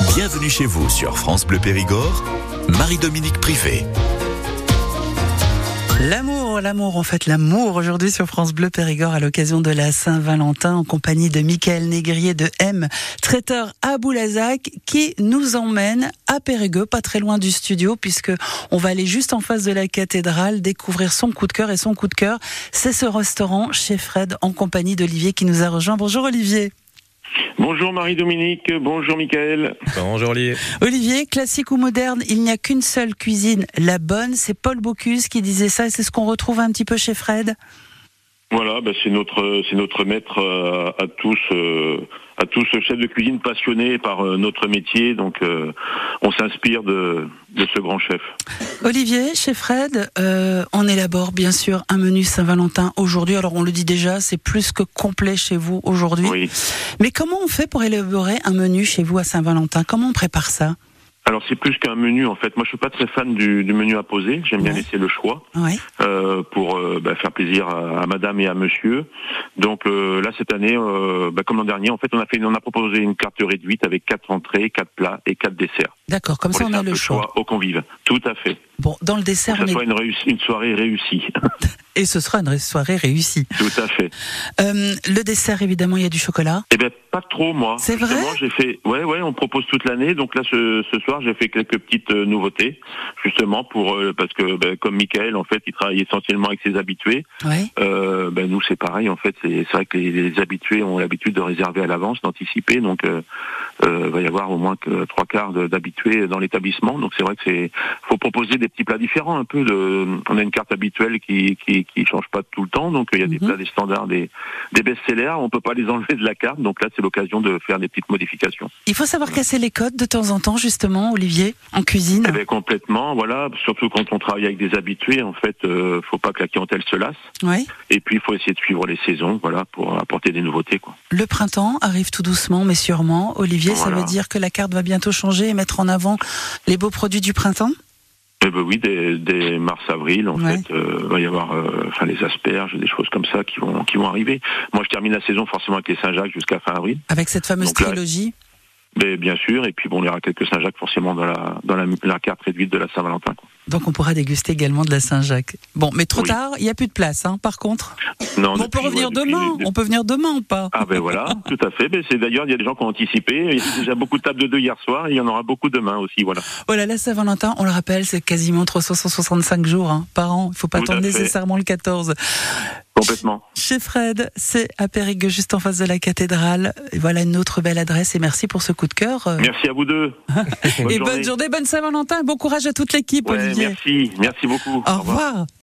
Bienvenue chez vous sur France Bleu Périgord, Marie-Dominique Privé. L'amour, on fête l'amour aujourd'hui sur France Bleu Périgord à l'occasion de la Saint-Valentin en compagnie de Michael Négrier de M, traiteur à Boulazac, qui nous emmène à Périgueux, pas très loin du studio, puisque on va aller juste en face de la cathédrale découvrir son coup de cœur. Et son coup de cœur, c'est ce restaurant chez Fred en compagnie d'Olivier qui nous a rejoint. Bonjour Olivier. Bonjour Marie-Dominique, bonjour Michael. Bonjour Olivier. Olivier, classique ou moderne, il n'y a qu'une seule cuisine, la bonne. C'est Paul Bocuse qui disait ça et c'est ce qu'on retrouve un petit peu chez Fred. Voilà, c'est notre maître à tous chefs de cuisine passionnés par notre métier, donc on s'inspire de ce grand chef. Olivier, chez Fred, on élabore bien sûr un menu Saint-Valentin aujourd'hui. Alors on le dit déjà, c'est plus que complet chez vous aujourd'hui. Oui. Mais comment on fait pour élaborer un menu chez vous à Saint-Valentin? Comment on prépare ça? Alors c'est plus qu'un menu en fait. Moi je suis pas très fan du menu à poser. J'aime bien laisser le choix pour faire plaisir à madame et à monsieur. Donc là cette année, comme l'an dernier, en fait on a proposé une carte réduite avec 4 entrées, 4 plats et 4 desserts. D'accord, comme ça on a le choix aux convives. Tout à fait. Bon, dans le dessert, pour que ça soit une soirée réussie. Et ce sera une soirée réussie. Tout à fait. Le dessert, évidemment, il y a du chocolat. Eh ben pas trop, moi. C'est vrai. J'ai fait, on propose toute l'année. Donc là, ce soir, j'ai fait quelques petites nouveautés, justement parce que comme Michael, en fait, il travaille essentiellement avec ses habitués. Oui. Nous, c'est pareil. En fait, c'est vrai que les habitués ont l'habitude de réserver à l'avance, d'anticiper. Donc, va y avoir au moins que 3/4 d'habitués dans l'établissement. Donc c'est vrai que faut proposer des petits plats différents, un peu on a une carte habituelle qui change pas tout le temps, donc il y a des plats, des standards, des best-sellers, on peut pas les enlever de la carte, donc là c'est l'occasion de faire des petites modifications. Il faut savoir casser les codes de temps en temps, justement, Olivier, en cuisine. Eh bien, complètement, voilà, surtout quand on travaille avec des habitués, en fait, faut pas que la clientèle se lasse. Oui. Et puis il faut essayer de suivre les saisons, voilà, pour apporter des nouveautés, quoi. Le printemps arrive tout doucement, mais sûrement. Olivier, ça veut dire que la carte va bientôt changer et mettre en avant les beaux produits du printemps? Oui, dès mars-avril, en fait, va y avoir les asperges, des choses comme ça qui vont arriver. Moi, je termine la saison forcément avec les Saint-Jacques jusqu'à fin avril. Avec cette fameuse trilogie. Bien sûr, et puis il y aura quelques Saint-Jacques forcément dans la carte réduite de la Saint-Valentin, quoi. Donc on pourra déguster également de la Saint-Jacques. Bon, mais trop tard, il n'y a plus de place, par contre. Non, on peut revenir demain. On peut venir demain ou pas? Ah voilà, tout à fait. C'est d'ailleurs, il y a des gens qui ont anticipé. Il y a déjà beaucoup de tables de 2 hier soir, et il y en aura beaucoup demain aussi, voilà. Voilà, la Saint-Valentin, on le rappelle, c'est quasiment 365 jours par an. Il ne faut pas attendre nécessairement le 14. Complètement. Chez Fred, c'est à Périgueux, juste en face de la cathédrale. Et voilà une autre belle adresse et merci pour ce coup de cœur. Merci à vous deux. Bonne journée, bonne Saint-Valentin, bon courage à toute l'équipe, Olivier. Merci beaucoup. Au revoir.